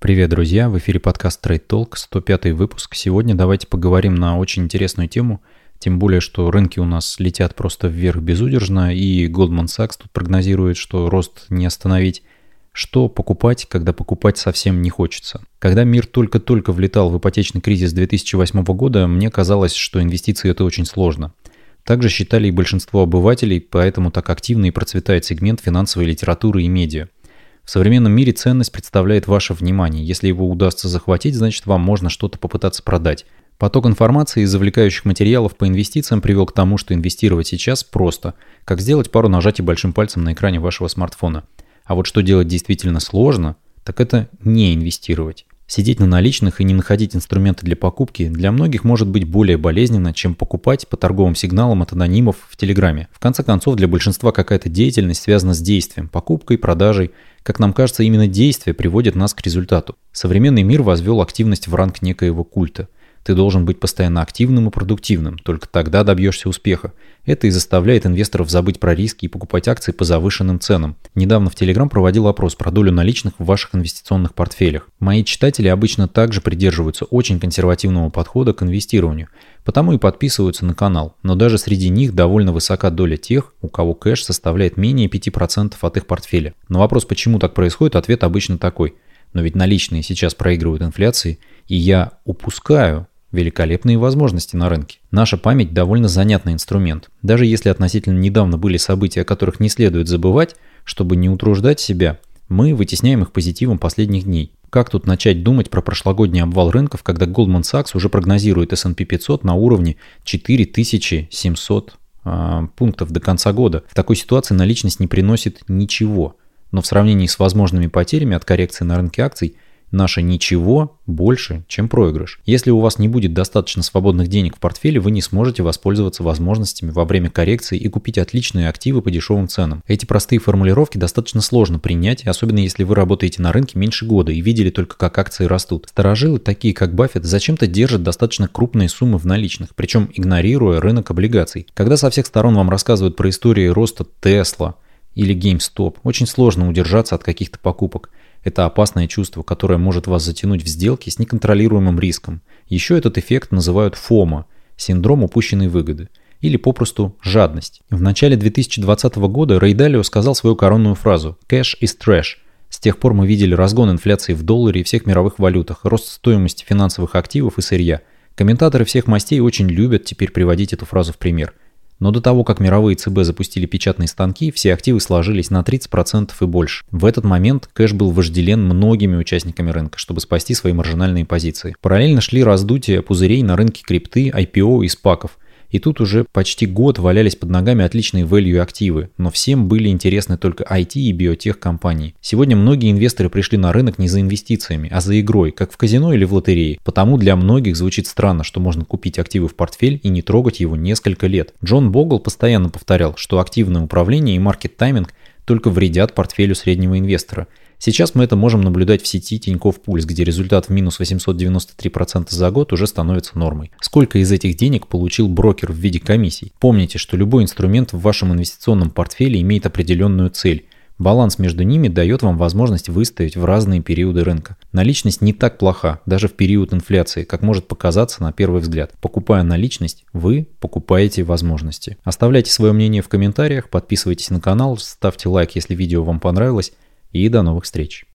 Привет, друзья! В эфире подкаст Trade Talk, 105 выпуск. Сегодня давайте поговорим на очень интересную тему, тем более, что рынки у нас летят просто вверх безудержно, и Goldman Sachs тут прогнозирует, что рост не остановить. Что покупать, когда покупать совсем не хочется? Когда мир только-только влетал в ипотечный кризис 2008 года, мне казалось, что инвестиции это очень сложно. Также считали и большинство обывателей, поэтому так активно и процветает сегмент финансовой литературы и медиа. В современном мире ценность представляет ваше внимание. Если его удастся захватить, значит вам можно что-то попытаться продать. Поток информации из завлекающих материалов по инвестициям привел к тому, что инвестировать сейчас просто, как сделать пару нажатий большим пальцем на экране вашего смартфона. А вот что делать действительно сложно, так это не инвестировать. Сидеть на наличных и не находить инструменты для покупки для многих может быть более болезненно, чем покупать по торговым сигналам от анонимов в Телеграме. В конце концов, для большинства какая-то деятельность связана с действием, покупкой, продажей. Как нам кажется, именно действие приводит нас к результату. Современный мир возвел активность в ранг некоего культа. Ты должен быть постоянно активным и продуктивным, только тогда добьешься успеха. Это и заставляет инвесторов забыть про риски и покупать акции по завышенным ценам. Недавно в Telegram проводил опрос про долю наличных в ваших инвестиционных портфелях. Мои читатели обычно также придерживаются очень консервативного подхода к инвестированию, потому и подписываются на канал. Но даже среди них довольно высока доля тех, у кого кэш составляет менее 5% от их портфеля. На вопрос, почему так происходит, ответ обычно такой. Но ведь наличные сейчас проигрывают инфляции, и я упускаю великолепные возможности на рынке. Наша память довольно занятный инструмент. Даже если относительно недавно были события, о которых не следует забывать, чтобы не утруждать себя, мы вытесняем их позитивом последних дней. Как тут начать думать про прошлогодний обвал рынков, когда Goldman Sachs уже прогнозирует S&P 500 на уровне 4700 пунктов до конца года? В такой ситуации наличность не приносит ничего. Но в сравнении с возможными потерями от коррекции на рынке акций, наше ничего больше, чем проигрыш. Если у вас не будет достаточно свободных денег в портфеле, вы не сможете воспользоваться возможностями во время коррекции и купить отличные активы по дешевым ценам. Эти простые формулировки достаточно сложно принять, особенно если вы работаете на рынке меньше года и видели только, как акции растут. Старожилы, такие как Баффет, зачем-то держат достаточно крупные суммы в наличных, причем игнорируя рынок облигаций. Когда со всех сторон вам рассказывают про истории роста Tesla или GameStop, очень сложно удержаться от каких-то покупок. Это опасное чувство, которое может вас затянуть в сделки с неконтролируемым риском. Еще этот эффект называют FOMO – синдром упущенной выгоды, или попросту жадность. В начале 2020 года Рэй Далио сказал свою коронную фразу «Cash is trash». С тех пор мы видели разгон инфляции в долларе и всех мировых валютах, рост стоимости финансовых активов и сырья. Комментаторы всех мастей очень любят теперь приводить эту фразу в пример. Но до того, как мировые ЦБ запустили печатные станки, все активы сложились на 30% и больше. В этот момент кэш был вожделен многими участниками рынка, чтобы спасти свои маржинальные позиции. Параллельно шли раздутия пузырей на рынке крипты, IPO и спаков. И тут уже почти год валялись под ногами отличные value активы, но всем были интересны только IT и биотех компании. Сегодня многие инвесторы пришли на рынок не за инвестициями, а за игрой, как в казино или в лотерее. Потому для многих звучит странно, что можно купить активы в портфель и не трогать его несколько лет. Джон Богл постоянно повторял, что активное управление и маркет-тайминг только вредят портфелю среднего инвестора. Сейчас мы это можем наблюдать в сети Тинькофф Пульс, где результат в минус 893% за год уже становится нормой. Сколько из этих денег получил брокер в виде комиссий? Помните, что любой инструмент в вашем инвестиционном портфеле имеет определенную цель. Баланс между ними дает вам возможность выстоять в разные периоды рынка. Наличность не так плоха, даже в период инфляции, как может показаться на первый взгляд. Покупая наличность, вы покупаете возможности. Оставляйте свое мнение в комментариях, подписывайтесь на канал, ставьте лайк, если видео вам понравилось. И до новых встреч!